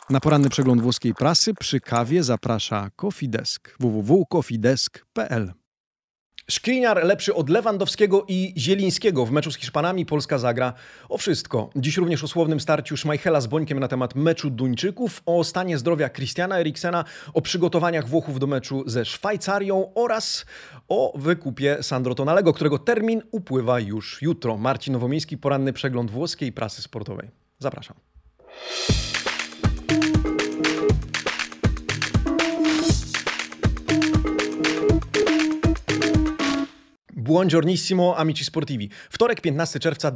Na poranny przegląd włoskiej prasy przy kawie zaprasza Coffee Desk. www.coffeedesk.pl. Skriniar lepszy od Lewandowskiego i Zielińskiego. W meczu z Hiszpanami Polska zagra o wszystko. Dziś również o słownym starciu Schmeichela z Bońkiem na temat meczu Duńczyków, o stanie zdrowia Christiana Eriksena, o przygotowaniach Włochów do meczu ze Szwajcarią oraz o wykupie Sandro Tonalego, którego termin upływa już jutro. Marcin Nowomiejski, poranny przegląd włoskiej prasy sportowej. Zapraszam. Buongiornissimo, amici sportivi. Wtorek, 15 czerwca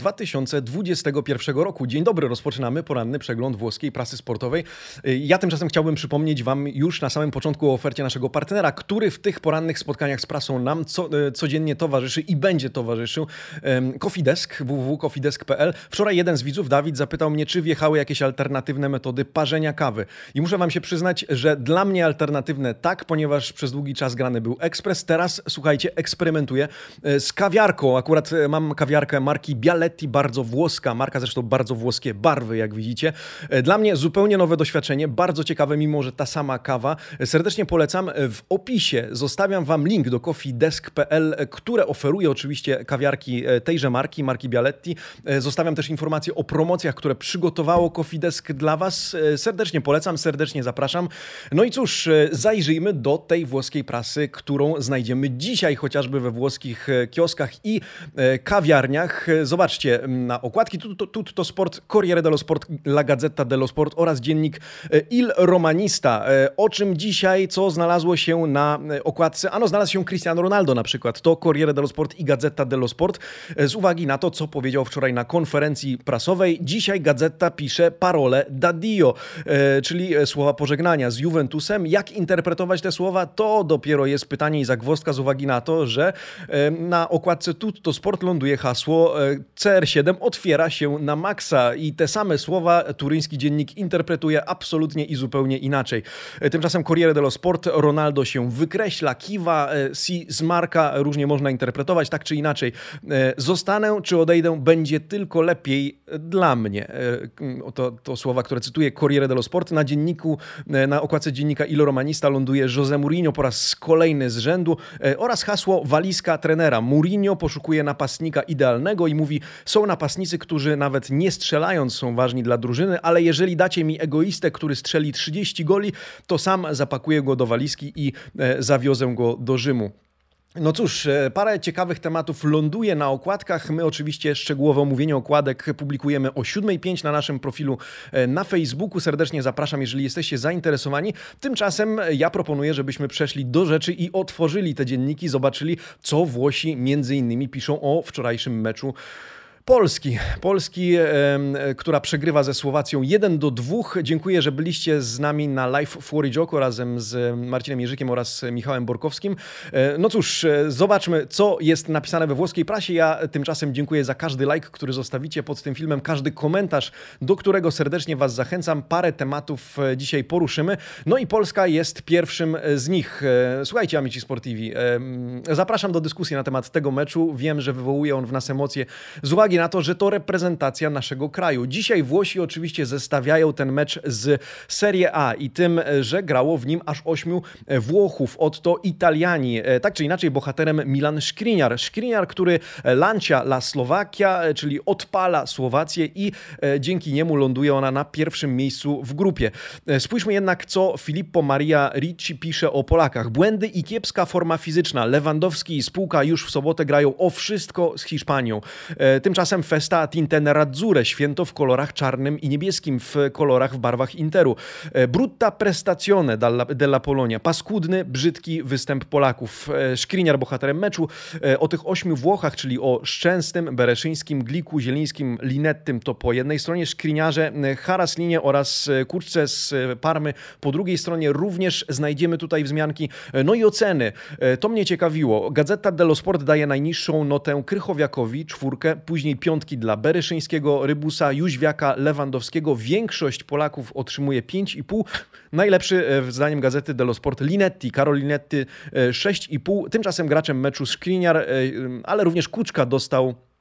2021 roku. Dzień dobry, rozpoczynamy poranny przegląd włoskiej prasy sportowej. Ja tymczasem chciałbym przypomnieć Wam już na samym początku o ofercie naszego partnera, który w tych porannych spotkaniach z prasą nam codziennie towarzyszy i będzie towarzyszył. Coffee Desk, www.coffeedesk.pl. Wczoraj jeden z widzów, Dawid, zapytał mnie, czy wjechały jakieś alternatywne metody parzenia kawy. I muszę Wam się przyznać, że dla mnie alternatywne tak, ponieważ przez długi czas grany był ekspres. Teraz, słuchajcie, eksperymentuję z kawiarką. Akurat mam kawiarkę marki Bialetti, bardzo włoska. Marka zresztą bardzo włoskie barwy, jak widzicie. Dla mnie zupełnie nowe doświadczenie, bardzo ciekawe, mimo że ta sama kawa. Serdecznie polecam. W opisie zostawiam Wam link do coffeedesk.pl, które oferuje oczywiście kawiarki tejże marki Bialetti. Zostawiam też informacje o promocjach, które przygotowało Coffee Desk dla Was. Serdecznie polecam, serdecznie zapraszam. No i cóż, zajrzyjmy do tej włoskiej prasy, którą znajdziemy dzisiaj chociażby we włoskich kioskach i kawiarniach. Zobaczcie na okładki Tutto Sport, Corriere dello Sport, La Gazzetta dello Sport oraz dziennik Il Romanista. O czym dzisiaj, co znalazło się na okładce? Ano, znalazł się Cristiano Ronaldo na przykład. To Corriere dello Sport i Gazzetta dello Sport. Z uwagi na to, co powiedział wczoraj na konferencji prasowej, dzisiaj Gazeta pisze parole d'addio, czyli słowa pożegnania z Juventusem. Jak interpretować te słowa? To dopiero jest pytanie i zagwozdka z uwagi na to, że na okładce Tutto Sport ląduje hasło CR7 otwiera się na maksa i te same słowa turyński dziennik interpretuje absolutnie i zupełnie inaczej. Tymczasem Corriere dello Sport, Ronaldo się wykreśla, kiwa, si zmarka, różnie można interpretować, tak czy inaczej. Zostanę czy odejdę, będzie tylko lepiej dla mnie. To słowa, które cytuję Corriere dello Sport. Na okładce dziennika Il Romanista ląduje José Mourinho po raz kolejny z rzędu oraz hasło walizka trenera. Mourinho poszukuje napastnika idealnego i mówi, są napastnicy, którzy nawet nie strzelając są ważni dla drużyny, ale jeżeli dacie mi egoistę, który strzeli 30 goli, to sam zapakuję go do walizki i zawiozę go do Rzymu. No cóż, parę ciekawych tematów ląduje na okładkach. My oczywiście szczegółowe omówienie okładek publikujemy o 7:05 na naszym profilu na Facebooku. Serdecznie zapraszam, jeżeli jesteście zainteresowani. Tymczasem ja proponuję, żebyśmy przeszli do rzeczy i otworzyli te dzienniki, zobaczyli, co Włosi między innymi piszą o wczorajszym meczu Polski, która przegrywa ze Słowacją 1-2. Dziękuję, że byliście z nami na Live Fuori Gioco razem z Marcinem Jerzykiem oraz Michałem Borkowskim. No cóż, zobaczmy, co jest napisane we włoskiej prasie. Ja tymczasem dziękuję za każdy like, który zostawicie pod tym filmem, każdy komentarz, do którego serdecznie Was zachęcam. Parę tematów dzisiaj poruszymy. No i Polska jest pierwszym z nich. Słuchajcie, amici sportivi, zapraszam do dyskusji na temat tego meczu. Wiem, że wywołuje on w nas emocje z uwagi na to, że to reprezentacja naszego kraju. Dzisiaj Włosi oczywiście zestawiają ten mecz z Serie A i tym, że grało w nim aż 8 Włochów. Oto Italiani. Tak czy inaczej bohaterem Milan Skriniar. Skriniar, który lancia la Slovakia, czyli odpala Słowację i dzięki niemu ląduje ona na pierwszym miejscu w grupie. Spójrzmy jednak, co Filippo Maria Ricci pisze o Polakach. Błędy i kiepska forma fizyczna. Lewandowski i spółka już w sobotę grają o wszystko z Hiszpanią. Tymczasem festa tinte nerazzurre, święto w kolorach czarnym i niebieskim, w barwach Interu. Brutta prestazione della Polonia. Paskudny, brzydki występ Polaków. Skriniar bohaterem meczu. O tych 8 Włochach, czyli o Szczęsnym, Bereszyńskim, Gliku, Zielińskim, Linettym, to po jednej stronie, Skriniarze, Haraslinie oraz Kurczce z Parmy po drugiej stronie. Również znajdziemy tutaj wzmianki. No i oceny. To mnie ciekawiło. Gazzetta dello Sport daje najniższą notę Krychowiakowi, 4, później 5 dla Bereszyńskiego, Rybusa, Jóźwiaka, Lewandowskiego. Większość Polaków otrzymuje 5,5. Najlepszy zdaniem Gazety dello Sport Linetti, Karol Linetti 6,5. Tymczasem graczem meczu Skriniar, ale również Kuczka dostał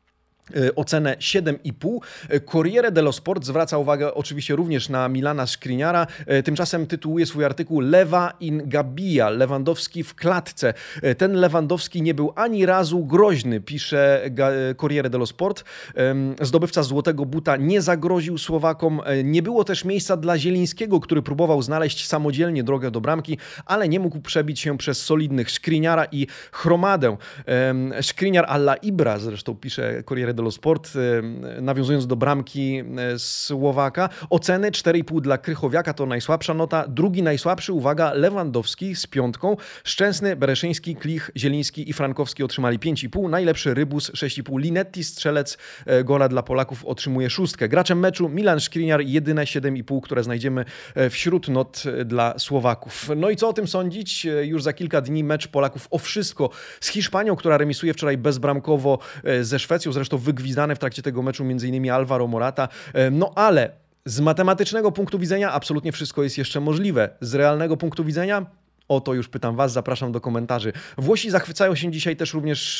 ocenę 7,5. Corriere dello Sport zwraca uwagę oczywiście również na Milana Skriniara. Tymczasem tytułuje swój artykuł Lewa in gabbia, Lewandowski w klatce. Ten Lewandowski nie był ani razu groźny, pisze Corriere dello Sport. Zdobywca złotego buta nie zagroził Słowakom. Nie było też miejsca dla Zielińskiego, który próbował znaleźć samodzielnie drogę do bramki, ale nie mógł przebić się przez solidnych Skriniara i Hromadę. Skriniar alla Ibra, zresztą pisze Corriere dello Sport, nawiązując do bramki Słowaka. Oceny 4,5 dla Krychowiaka to najsłabsza nota. Drugi najsłabszy, uwaga, Lewandowski z 5. Szczęsny, Bereszyński, Klich, Zieliński i Frankowski otrzymali 5,5. Najlepszy Rybus 6,5. Linetti, strzelec gola dla Polaków, otrzymuje 6. Graczem meczu Milan Skriniar, jedyne 7,5, które znajdziemy wśród not dla Słowaków. No i co o tym sądzić? Już za kilka dni mecz Polaków o wszystko z Hiszpanią, która remisuje wczoraj bezbramkowo ze Szwecją, zresztą wygwizdane w trakcie tego meczu m.in. Alvaro Morata. No ale z matematycznego punktu widzenia absolutnie wszystko jest jeszcze możliwe. Z realnego punktu widzenia o to już pytam was, zapraszam do komentarzy. Włosi zachwycają się dzisiaj też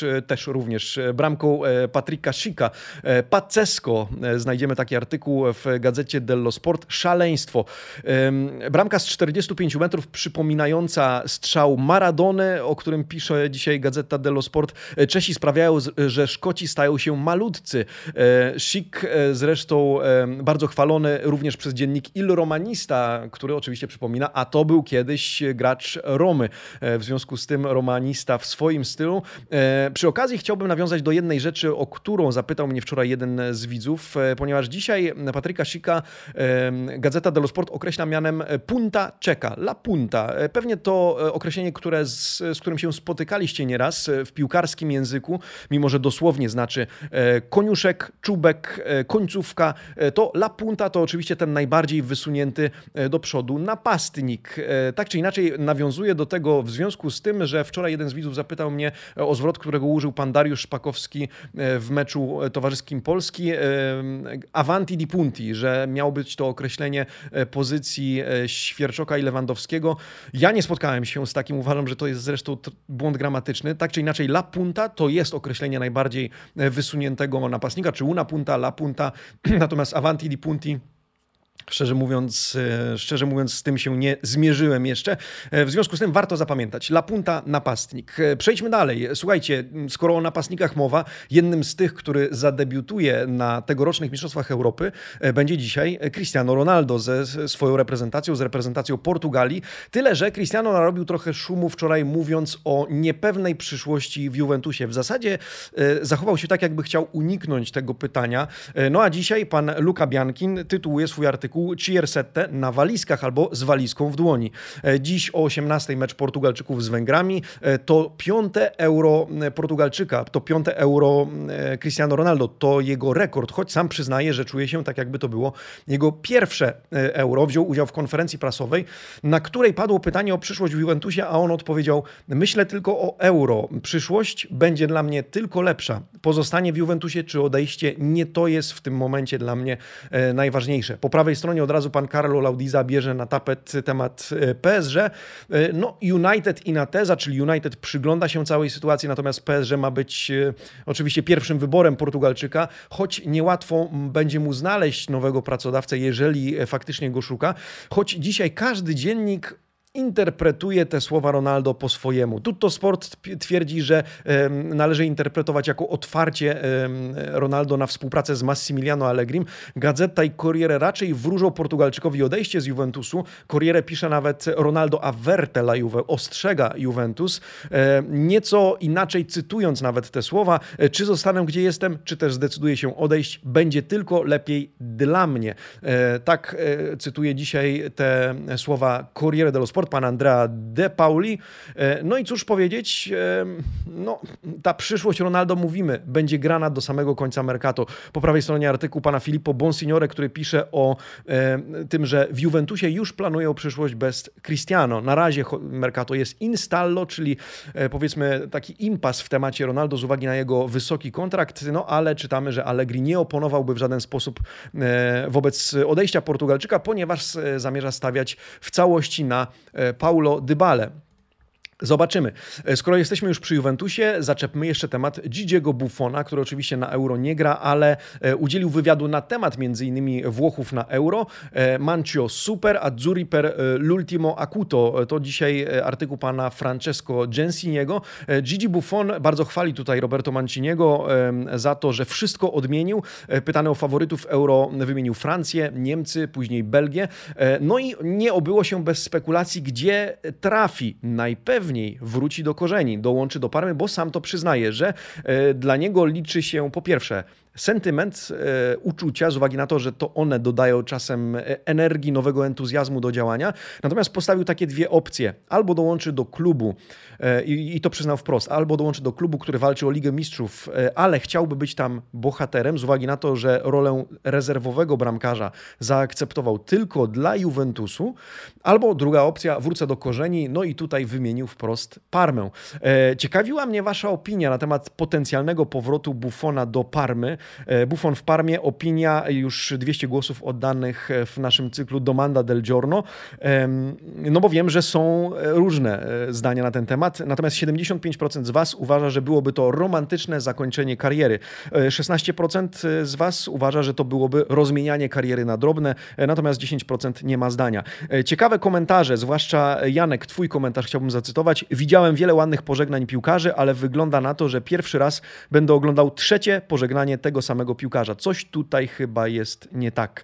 również bramką Patryka Schicha. Pazzesco, znajdziemy taki artykuł w gazecie dello Sport. Szaleństwo. Bramka z 45 metrów przypominająca strzał Maradony, o którym pisze dzisiaj Gazeta dello Sport. Czesi sprawiają, że Szkoci stają się malutcy. Schick zresztą bardzo chwalony również przez dziennik Il Romanista, który oczywiście przypomina, a to był kiedyś gracz Romy. W związku z tym romanista w swoim stylu. Przy okazji chciałbym nawiązać do jednej rzeczy, o którą zapytał mnie wczoraj jeden z widzów, ponieważ dzisiaj Patryka Schicha Gazeta dello Sport określa mianem punta cieca, la punta. Pewnie to określenie, z którym się spotykaliście nieraz w piłkarskim języku, mimo że dosłownie znaczy koniuszek, czubek, końcówka, to la punta to oczywiście ten najbardziej wysunięty do przodu napastnik. Tak czy inaczej nawiązuje do tego w związku z tym, że wczoraj jeden z widzów zapytał mnie o zwrot, którego użył pan Dariusz Szpakowski w meczu towarzyskim Polski. Avanti di punti, że miało być to określenie pozycji Świerczoka i Lewandowskiego. Ja nie spotkałem się z takim, uważam, że to jest zresztą błąd gramatyczny. Tak czy inaczej, la punta to jest określenie najbardziej wysuniętego napastnika, czy una punta, la punta, natomiast avanti di punti, szczerze mówiąc, z tym się nie zmierzyłem jeszcze. W związku z tym warto zapamiętać. La punta, napastnik. Przejdźmy dalej. Słuchajcie, skoro o napastnikach mowa, jednym z tych, który zadebiutuje na tegorocznych Mistrzostwach Europy, będzie dzisiaj Cristiano Ronaldo ze swoją reprezentacją, z reprezentacją Portugalii. Tyle, że Cristiano narobił trochę szumu wczoraj, mówiąc o niepewnej przyszłości w Juventusie. W zasadzie zachował się tak, jakby chciał uniknąć tego pytania. No a dzisiaj pan Luca Bianchin tytułuje swój artykuł Ciersette na walizkach albo z walizką w dłoni. Dziś o 18:00 mecz Portugalczyków z Węgrami. To 5. Euro Portugalczyka, to 5. Euro Cristiano Ronaldo. To jego rekord, choć sam przyznaje, że czuje się tak, jakby to było jego pierwsze Euro. Wziął udział w konferencji prasowej, na której padło pytanie o przyszłość w Juventusie, a on odpowiedział: myślę tylko o Euro. Przyszłość będzie dla mnie tylko lepsza. Pozostanie w Juventusie czy odejście, nie to jest w tym momencie dla mnie najważniejsze. Po prawej stronie od razu pan Carlo Laudiza bierze na tapet temat PSG. No United in Ateza, czyli United przygląda się całej sytuacji, natomiast PSG ma być oczywiście pierwszym wyborem Portugalczyka, choć niełatwo będzie mu znaleźć nowego pracodawcę, jeżeli faktycznie go szuka. Choć dzisiaj każdy dziennik interpretuje te słowa Ronaldo po swojemu. Tutto Sport twierdzi, że należy interpretować jako otwarcie Ronaldo na współpracę z Massimiliano Allegrim. Gazeta i Corriere raczej wróżą Portugalczykowi odejście z Juventusu. Corriere pisze nawet: Ronaldo avverte la Juve, ostrzega Juventus. Nieco inaczej cytując nawet te słowa: czy zostanę gdzie jestem, czy też zdecyduję się odejść, będzie tylko lepiej dla mnie. Tak cytuję dzisiaj te słowa Corriere dello Sport, pan Andrea De Pauli. No i cóż powiedzieć, no, ta przyszłość Ronaldo, mówimy, będzie grana do samego końca Mercato. Po prawej stronie artykuł pana Filippo Bonsignore, który pisze o tym, że w Juventusie już planują przyszłość bez Cristiano. Na razie Mercato jest in stallo, czyli powiedzmy taki impas w temacie Ronaldo z uwagi na jego wysoki kontrakt, no ale czytamy, że Allegri nie oponowałby w żaden sposób wobec odejścia Portugalczyka, ponieważ zamierza stawiać w całości na Paulo Dybalę. Zobaczymy. Skoro jesteśmy już przy Juventusie, zaczepmy jeszcze temat Gigiego Buffona, który oczywiście na Euro nie gra, ale udzielił wywiadu na temat m.in. Włochów na Euro. Mancio super, azzurri per l'ultimo acuto. To dzisiaj artykuł pana Francesco Gensiniego. Gigi Buffon bardzo chwali tutaj Roberto Manciniego za to, że wszystko odmienił. Pytany o faworytów Euro wymienił Francję, Niemcy, później Belgię. No i nie obyło się bez spekulacji, gdzie trafi. Najpewniej wróci do korzeni, dołączy do Parmy, bo sam to przyznaje, że dla niego liczy się po pierwsze sentyment, uczucia, z uwagi na to, że to one dodają czasem energii, nowego entuzjazmu do działania. Natomiast postawił takie dwie opcje. Albo dołączy do klubu, i to przyznał wprost, albo dołączy do klubu, który walczy o Ligę Mistrzów, ale chciałby być tam bohaterem, z uwagi na to, że rolę rezerwowego bramkarza zaakceptował tylko dla Juventusu. Albo druga opcja, wrócę do korzeni, no i tutaj wymienił wprost Parmę. Ciekawiła mnie wasza opinia na temat potencjalnego powrotu Buffona do Parmy. Buffon w Parmie, opinia, już 200 głosów oddanych w naszym cyklu Domanda del Giorno, no bo wiem, że są różne zdania na ten temat, natomiast 75% z was uważa, że byłoby to romantyczne zakończenie kariery. 16% z was uważa, że to byłoby rozmienianie kariery na drobne, natomiast 10% nie ma zdania. Ciekawe komentarze, zwłaszcza Janek, twój komentarz chciałbym zacytować. Widziałem wiele ładnych pożegnań piłkarzy, ale wygląda na to, że pierwszy raz będę oglądał trzecie pożegnanie tego samego piłkarza. Coś tutaj chyba jest nie tak.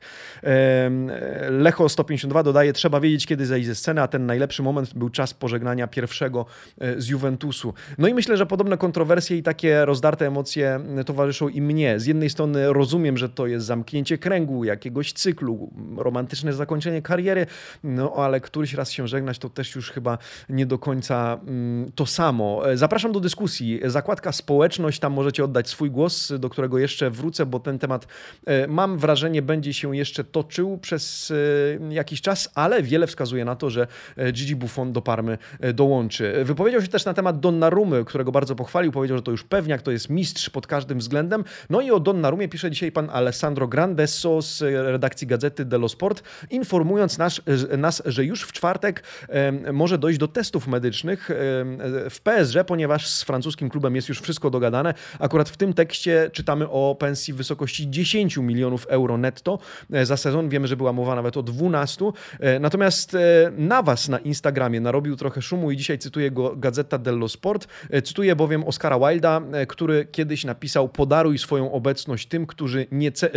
Lecho 152 dodaje, trzeba wiedzieć, kiedy zejść ze sceny, a ten najlepszy moment był czas pożegnania pierwszego z Juventusu. No i myślę, że podobne kontrowersje i takie rozdarte emocje towarzyszą i mnie. Z jednej strony rozumiem, że to jest zamknięcie kręgu, jakiegoś cyklu, romantyczne zakończenie kariery, no ale któryś raz się żegnać to też już chyba nie do końca to samo. Zapraszam do dyskusji. Zakładka społeczność, tam możecie oddać swój głos, do którego jeszcze wrócę, bo ten temat, mam wrażenie, będzie się jeszcze toczył przez jakiś czas, ale wiele wskazuje na to, że Gigi Buffon do Parmy dołączy. Wypowiedział się też na temat Donnarummy, którego bardzo pochwalił, powiedział, że to już pewniak, to jest mistrz pod każdym względem. No i o Donnarumie pisze dzisiaj pan Alessandro Grandesso z redakcji Gazety dello Sport, informując nas, że już w czwartek może dojść do testów medycznych w PSG, ponieważ z francuskim klubem jest już wszystko dogadane. Akurat w tym tekście czytamy o pensji w wysokości 10 milionów euro netto za sezon. Wiemy, że była mowa nawet o 12. Natomiast Navas na Instagramie narobił trochę szumu i dzisiaj cytuję go Gazeta dello Sport. Cytuję bowiem Oscara Wilda, który kiedyś napisał: podaruj swoją obecność tym, którzy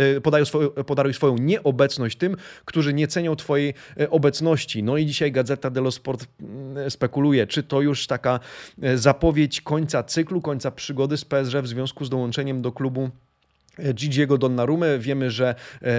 podaruj swoją nieobecność tym, którzy nie cenią twojej obecności. No i dzisiaj Gazeta dello Sport spekuluje, czy to już taka zapowiedź końca cyklu, końca przygody z PSG w związku z dołączeniem do klubu Gigiego Donnarummy. Wiemy, że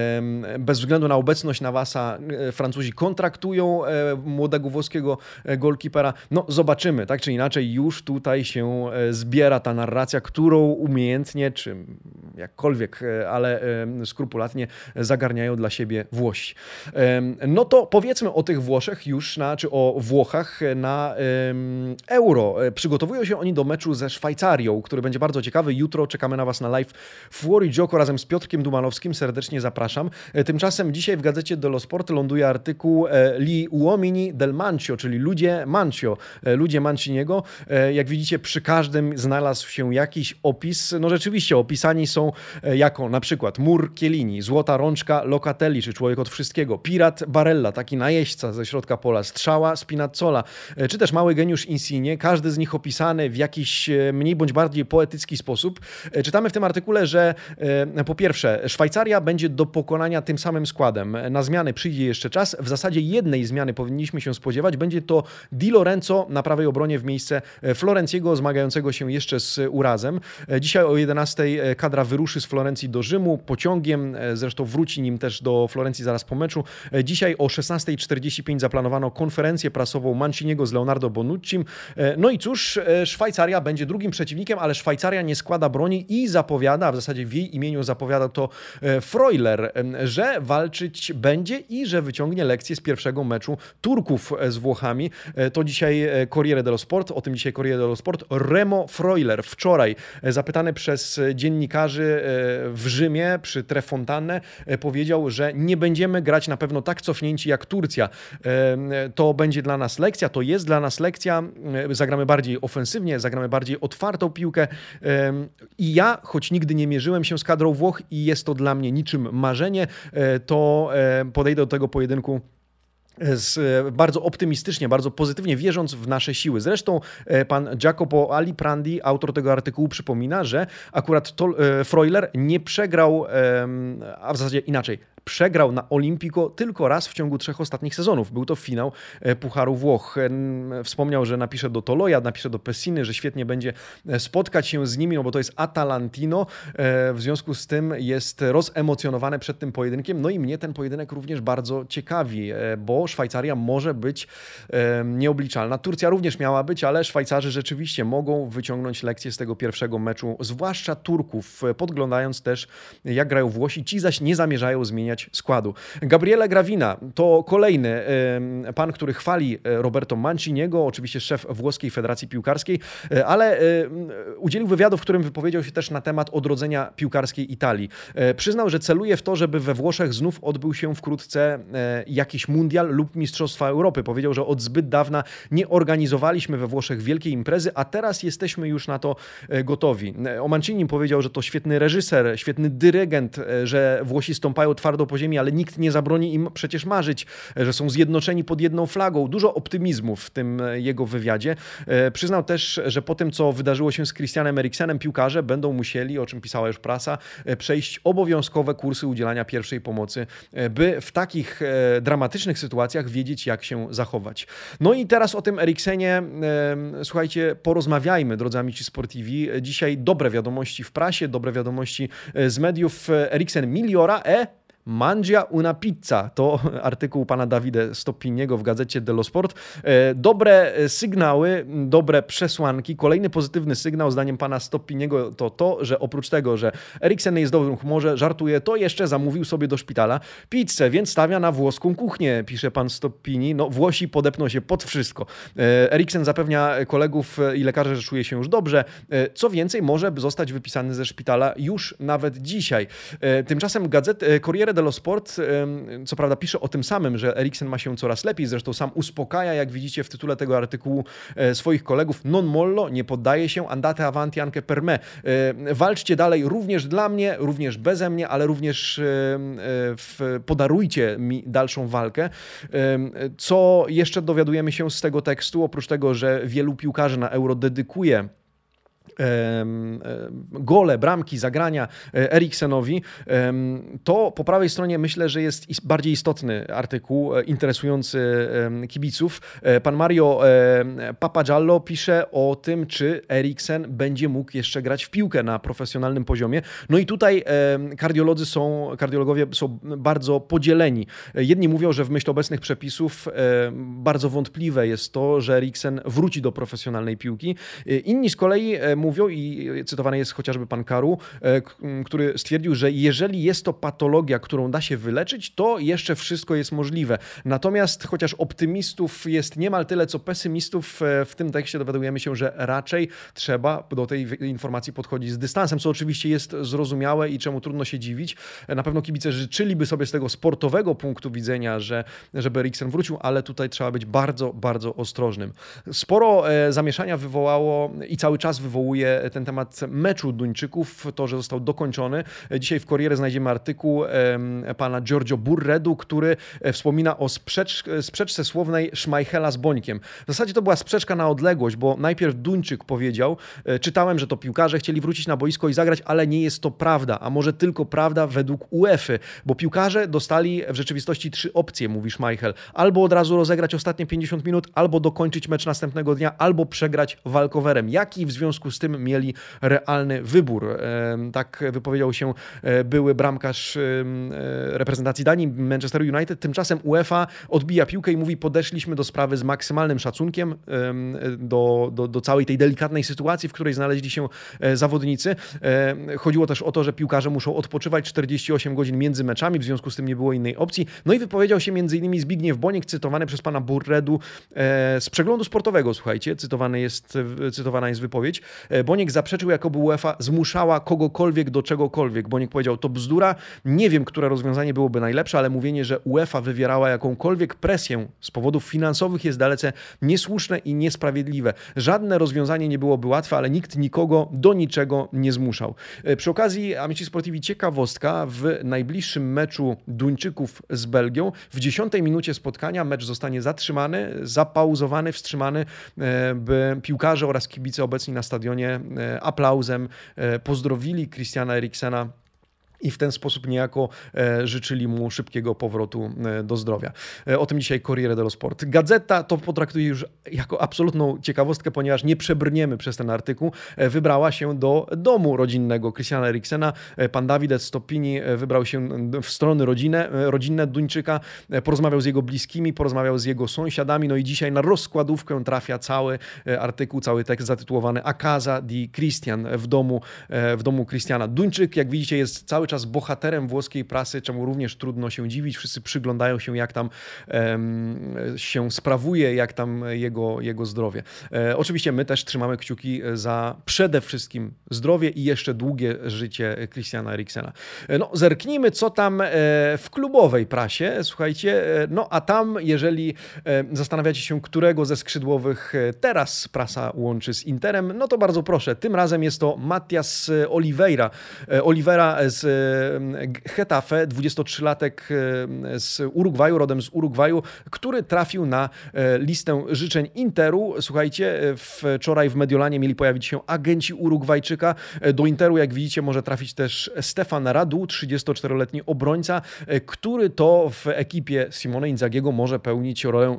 bez względu na obecność Navasa Francuzi kontraktują młodego włoskiego golkipera. No zobaczymy, tak czy inaczej już tutaj się zbiera ta narracja, którą umiejętnie, czy jakkolwiek, ale skrupulatnie zagarniają dla siebie Włosi. No to powiedzmy o tych Włoszech już, czy o Włochach na Euro. Przygotowują się oni do meczu ze Szwajcarią, który będzie bardzo ciekawy. Jutro czekamy na was na live w Joko razem z Piotrkiem Dumanowskim. Serdecznie zapraszam. Tymczasem dzisiaj w Gazecie dello Sport ląduje artykuł Gli uomini del Mancio, czyli ludzie Mancio, ludzie Manciniego. Jak widzicie, przy każdym znalazł się jakiś opis. No rzeczywiście opisani są jako na przykład Mur Chiellini, Złota Rączka Locatelli, czy Człowiek od Wszystkiego, Pirat Barella, taki najeźdźca ze środka pola, Strzała Spinazzola, czy też mały geniusz Insigne. Każdy z nich opisany w jakiś mniej bądź bardziej poetycki sposób. Czytamy w tym artykule, że po pierwsze, Szwajcaria będzie do pokonania tym samym składem. Na zmiany przyjdzie jeszcze czas. W zasadzie jednej zmiany powinniśmy się spodziewać. Będzie to Di Lorenzo na prawej obronie w miejsce Florenciego, zmagającego się jeszcze z urazem. Dzisiaj o 11:00 kadra wyruszy z Florencji do Rzymu pociągiem. Zresztą wróci nim też do Florencji zaraz po meczu. Dzisiaj o 16:45 zaplanowano konferencję prasową Manciniego z Leonardo Bonuccim. No i cóż, Szwajcaria będzie drugim przeciwnikiem, ale Szwajcaria nie składa broni i zapowiada, a w zasadzie w jej jej imieniu zapowiadał to Freuler, że walczyć będzie i że wyciągnie lekcję z pierwszego meczu Turków z Włochami. To dzisiaj Corriere dello Sport, o tym dzisiaj Corriere dello Sport. Remo Freuler wczoraj zapytany przez dziennikarzy w Rzymie przy Tre Fontane powiedział, że nie będziemy grać na pewno tak cofnięci jak Turcja. To będzie dla nas lekcja, to jest dla nas lekcja. Zagramy bardziej ofensywnie, zagramy bardziej otwartą piłkę i ja, choć nigdy nie mierzyłem się z kadrą Włoch i jest to dla mnie niczym marzenie, to podejdę do tego pojedynku bardzo optymistycznie, bardzo pozytywnie, wierząc w nasze siły. Zresztą pan Jacopo Aliprandi, autor tego artykułu, przypomina, że akurat Freuler nie przegrał, a w zasadzie inaczej, przegrał na Olimpico tylko raz w ciągu 3 ostatnich sezonów. Był to finał Pucharu Włoch. Wspomniał, że napisze do Toloja, napisze do Pessiny, że świetnie będzie spotkać się z nimi, no bo to jest Atalantino. W związku z tym jest rozemocjonowany przed tym pojedynkiem. No i mnie ten pojedynek również bardzo ciekawi, bo Szwajcaria może być nieobliczalna. Turcja również miała być, ale Szwajcarzy rzeczywiście mogą wyciągnąć lekcję z tego pierwszego meczu, zwłaszcza Turków, podglądając też, jak grają Włosi. Ci zaś nie zamierzają zmieniać składu. Gabriele Gravina to kolejny pan, który chwali Roberto Manciniego, oczywiście szef włoskiej Federacji Piłkarskiej, ale udzielił wywiadu, w którym wypowiedział się też na temat odrodzenia piłkarskiej Italii. Przyznał, że celuje w to, żeby we Włoszech znów odbył się wkrótce jakiś mundial lub Mistrzostwa Europy. Powiedział, że od zbyt dawna nie organizowaliśmy we Włoszech wielkiej imprezy, a teraz jesteśmy już na to gotowi. O Mancinim powiedział, że to świetny reżyser, świetny dyrygent, że Włosi stąpają twardo po ziemi, ale nikt nie zabroni im przecież marzyć, że są zjednoczeni pod jedną flagą. Dużo optymizmu w tym jego wywiadzie. Przyznał też, że po tym, co wydarzyło się z Christianem Eriksenem, piłkarze będą musieli, o czym pisała już prasa, przejść obowiązkowe kursy udzielania pierwszej pomocy, by w takich dramatycznych sytuacjach wiedzieć, jak się zachować. No i teraz o tym Eriksenie, słuchajcie, porozmawiajmy, drodzy amici sportivi. Dzisiaj dobre wiadomości w prasie, dobre wiadomości z mediów. Eriksen migliora Mangia una pizza. To artykuł pana Davide Stoppiniego w gazecie dello Sport. Dobre sygnały, dobre przesłanki. Kolejny pozytywny sygnał zdaniem pana Stoppiniego to, że oprócz tego, że Eriksen jest w dobrym humorze, żartuje, to jeszcze zamówił sobie do szpitala pizzę, więc stawia na włoską kuchnię, pisze pan Stoppini. No, Włosi podepną się pod wszystko. Eriksen zapewnia kolegów i lekarzy, że czuje się już dobrze. Co więcej, może zostać wypisany ze szpitala już nawet dzisiaj. Tymczasem Corriere dello Sport, co prawda pisze o tym samym, że Eriksen ma się coraz lepiej, zresztą sam uspokaja, jak widzicie w tytule tego artykułu, swoich kolegów. Non mollo, nie poddaje się, andate avanti anche per me. Walczcie dalej również dla mnie, również beze mnie, ale również podarujcie mi dalszą walkę. Co jeszcze dowiadujemy się z tego tekstu, oprócz tego, że wielu piłkarzy na Euro dedykuje gole, bramki, zagrania Eriksenowi, to po prawej stronie myślę, że jest bardziej istotny artykuł interesujący kibiców. Pan Mario Papagiallo pisze o tym, czy Eriksen będzie mógł jeszcze grać w piłkę na profesjonalnym poziomie. No i tutaj kardiologowie są bardzo podzieleni. Jedni mówią, że w myśl obecnych przepisów bardzo wątpliwe jest to, że Eriksen wróci do profesjonalnej piłki. Inni z kolei mówią, i cytowany jest chociażby pan Karu, który stwierdził, że jeżeli jest to patologia, którą da się wyleczyć, to jeszcze wszystko jest możliwe. Natomiast chociaż optymistów jest niemal tyle, co pesymistów, w tym tekście dowiadujemy się, że raczej trzeba do tej informacji podchodzić z dystansem, co oczywiście jest zrozumiałe i czemu trudno się dziwić. Na pewno kibice życzyliby sobie z tego sportowego punktu widzenia, żeby Eriksen wrócił, ale tutaj trzeba być bardzo, bardzo ostrożnym. Sporo zamieszania wywołało i cały czas wywołuje ten temat meczu Duńczyków, to, że został dokończony. Dzisiaj w Corriere znajdziemy artykuł pana Giorgio Burredu, który wspomina o sprzeczce słownej Schmeichela z Bońkiem. W zasadzie to była sprzeczka na odległość, bo najpierw Duńczyk powiedział, czytałem, że to piłkarze chcieli wrócić na boisko i zagrać, ale nie jest to prawda, a może tylko prawda według UEFA, bo piłkarze dostali w rzeczywistości 3 opcje, mówi Schmeichel. Albo od razu rozegrać ostatnie 50 minut, albo dokończyć mecz następnego dnia, albo przegrać walkowerem. Jaki w związku z z tym mieli realny wybór. Tak wypowiedział się były bramkarz reprezentacji Danii, Manchester United. Tymczasem UEFA odbija piłkę i mówi: podeszliśmy do sprawy z maksymalnym szacunkiem do całej tej delikatnej sytuacji, w której znaleźli się zawodnicy. Chodziło też o to, że piłkarze muszą odpoczywać 48 godzin między meczami, w związku z tym nie było innej opcji. No i wypowiedział się m.in. Zbigniew Boniek, cytowany przez pana Burredu z Przeglądu Sportowego, słuchajcie, cytowana jest wypowiedź. Boniek zaprzeczył, jakoby UEFA zmuszała kogokolwiek do czegokolwiek. Boniek powiedział: to bzdura, nie wiem, które rozwiązanie byłoby najlepsze, ale mówienie, że UEFA wywierała jakąkolwiek presję z powodów finansowych jest dalece niesłuszne i niesprawiedliwe. Żadne rozwiązanie nie byłoby łatwe, ale nikt nikogo do niczego nie zmuszał. Przy okazji, Amici Sportivi, ciekawostka, w najbliższym meczu Duńczyków z Belgią w 10 minucie spotkania mecz zostanie zatrzymany, zapauzowany, wstrzymany, by piłkarze oraz kibice obecni na stadionie aplauzem pozdrowili Christiana Eriksena i w ten sposób niejako życzyli mu szybkiego powrotu do zdrowia. O tym dzisiaj Corriere dello Sport. Gazeta to potraktuje już jako absolutną ciekawostkę, ponieważ nie przebrniemy przez ten artykuł. Wybrała się do domu rodzinnego Christiana Eriksena. Pan Davide Stoppini wybrał się w strony rodzinne Duńczyka, porozmawiał z jego bliskimi, porozmawiał z jego sąsiadami, no i dzisiaj na rozkładówkę trafia cały artykuł, cały tekst zatytułowany A casa di Christian, w domu Christiana. Duńczyk, jak widzicie, jest cały czas bohaterem włoskiej prasy, czemu również trudno się dziwić. Wszyscy przyglądają się, jak tam się sprawuje, jak tam jego zdrowie. Oczywiście my też trzymamy kciuki za przede wszystkim zdrowie i jeszcze długie życie Christiana Eriksena. No, zerknijmy, co tam w klubowej prasie, słuchajcie. No, a tam, jeżeli zastanawiacie się, którego ze skrzydłowych teraz prasa łączy z Interem, no to bardzo proszę. Tym razem jest to Matias Oliveira z Getafe, 23-latek z Urugwaju, rodem z Urugwaju, który trafił na listę życzeń Interu. Słuchajcie, wczoraj w Mediolanie mieli pojawić się agenci Urugwajczyka. Do Interu, jak widzicie, może trafić też Stefan Radu, 34-letni obrońca, który to w ekipie Simone Inzaghiego może pełnić rolę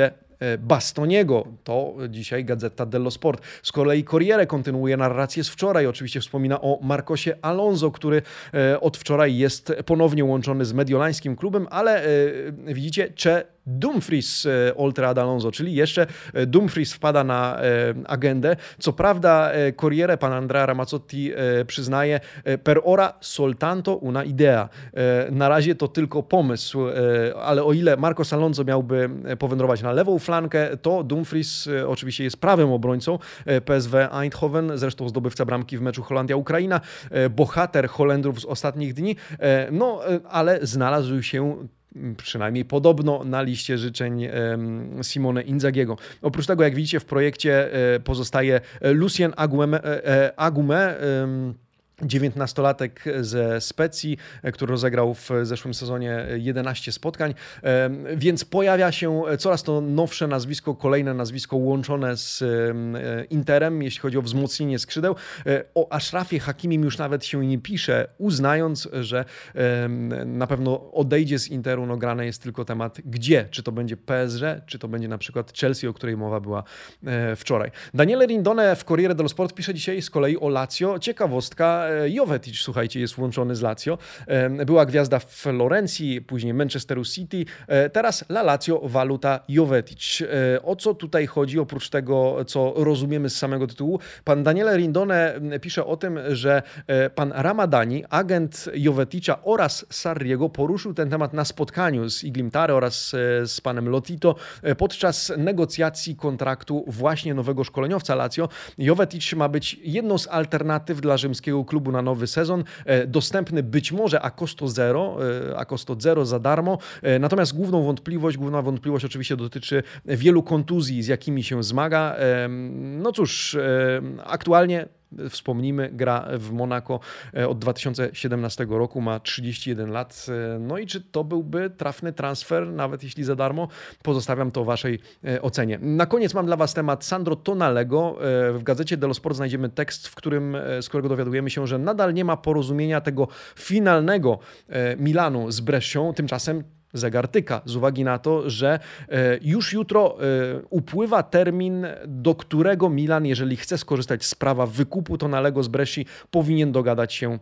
Bastoniego. To dzisiaj Gazzetta dello Sport. Z kolei Corriere kontynuuje narrację z wczoraj. Oczywiście wspomina o Marcosie Alonso, który od wczoraj jest ponownie łączony z mediolańskim klubem, ale widzicie, Dumfries oltre ad Alonso, czyli jeszcze Dumfries wpada na agendę. Co prawda Corriere, pan Andrea Ramazzotti przyznaje: per ora soltanto una idea. Na razie to tylko pomysł, ale o ile Marcos Alonso miałby powędrować na lewą flankę, to Dumfries oczywiście jest prawym obrońcą PSV Eindhoven, zresztą zdobywca bramki w meczu Holandia-Ukraina, bohater Holendrów z ostatnich dni, no ale znalazł się przynajmniej podobno na liście życzeń Simone Inzaghiego. Oprócz tego, jak widzicie, w projekcie pozostaje Lucien Agumé, 19-latek ze Specji, który rozegrał w zeszłym sezonie 11 spotkań, więc pojawia się coraz to nowsze nazwisko, kolejne nazwisko łączone z Interem, jeśli chodzi o wzmocnienie skrzydeł. O Ashrafie Hakimim już nawet się nie pisze, uznając, że na pewno odejdzie z Interu. No, grany jest tylko temat gdzie, czy to będzie PSG, czy to będzie na przykład Chelsea, o której mowa była wczoraj. Daniele Rindone w Corriere dello Sport pisze dzisiaj z kolei o Lazio. Ciekawostka, Jovetic, słuchajcie, jest włączony z Lazio. Była gwiazda w Florencji, później Manchesteru City, teraz La Lazio waluta Jovetic. O co tutaj chodzi, oprócz tego, co rozumiemy z samego tytułu? Pan Daniele Rindone pisze o tym, że pan Ramadani, agent Jovetica oraz Sarriego, poruszył ten temat na spotkaniu z Iglimtare oraz z panem Lotito podczas negocjacji kontraktu właśnie nowego szkoleniowca Lazio. Jovetic ma być jedną z alternatyw dla rzymskiego klubu na nowy sezon, dostępny być może a costo zero za darmo, natomiast główna wątpliwość oczywiście dotyczy wielu kontuzji, z jakimi się zmaga. No cóż, aktualnie wspomnijmy, gra w Monako od 2017 roku, ma 31 lat. No i czy to byłby trafny transfer, nawet jeśli za darmo? Pozostawiam to waszej ocenie. Na koniec mam dla was temat Sandro Tonalego. W Gazecie dello Sport znajdziemy tekst, z którego dowiadujemy się, że nadal nie ma porozumienia tego finalnego Milanu z Brescią. Tymczasem zegar tyka z uwagi na to, że już jutro upływa termin, do którego Milan, jeżeli chce skorzystać z prawa wykupu Tonalego z Bresci, powinien dogadać się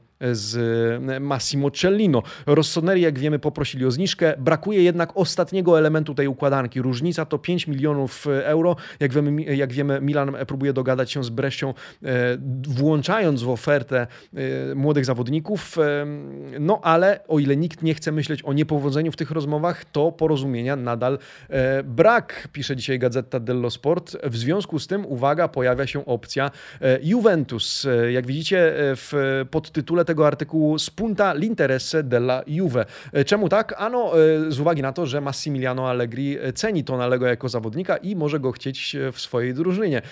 z Massimo Cellino. Rossoneri, jak wiemy, poprosili o zniżkę. Brakuje jednak ostatniego elementu tej układanki. Różnica to 5 milionów euro. Jak wiemy, Milan próbuje dogadać się z Brescią, włączając w ofertę młodych zawodników. No ale o ile nikt nie chce myśleć o niepowodzeniu w tych rozmowach, to porozumienia nadal brak, pisze dzisiaj Gazzetta dello Sport. W związku z tym, uwaga, pojawia się opcja Juventus. Jak widzicie w podtytule tego artykułu spunta l'interesse della Juve. Czemu tak? Ano z uwagi na to, że Massimiliano Allegri ceni Tonalego jako zawodnika i może go chcieć w swojej drużynie.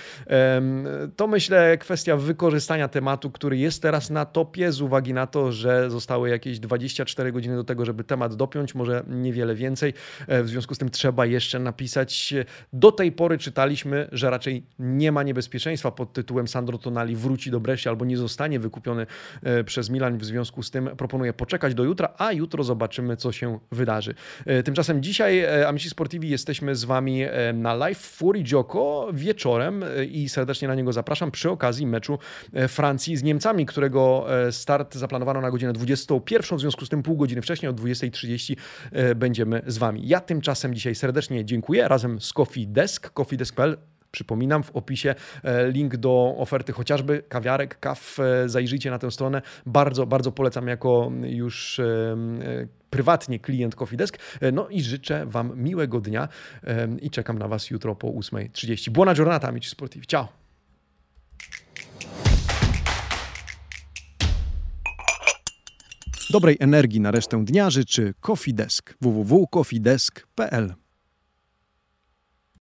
To myślę kwestia wykorzystania tematu, który jest teraz na topie, z uwagi na to, że zostały jakieś 24 godziny do tego, żeby temat dopiąć, może niewiele więcej. W związku z tym trzeba jeszcze napisać. Do tej pory czytaliśmy, że raczej nie ma niebezpieczeństwa pod tytułem Sandro Tonali wróci do Brescia albo nie zostanie wykupiony przez Milan. W związku z tym proponuję poczekać do jutra, a jutro zobaczymy, co się wydarzy. Tymczasem dzisiaj, Amici Sportivi, jesteśmy z Wami na live Fuori Gioco wieczorem i serdecznie na niego zapraszam przy okazji meczu Francji z Niemcami, którego start zaplanowano na godzinę 21, w związku z tym pół godziny wcześniej, o 20:30 będziemy z Wami. Ja tymczasem dzisiaj serdecznie dziękuję, razem z Coffee Desk, coffeedesk.pl. Przypominam, w opisie link do oferty chociażby kawiarek, kaw. Zajrzyjcie na tę stronę. Bardzo, bardzo polecam jako już prywatnie klient Coffee Desk. No i życzę Wam miłego dnia i czekam na Was jutro po 8:30. Buona giornata, amici sportivi. Ciao! Dobrej energii na resztę dnia życzy Coffee Desk. www.coffeedesk.pl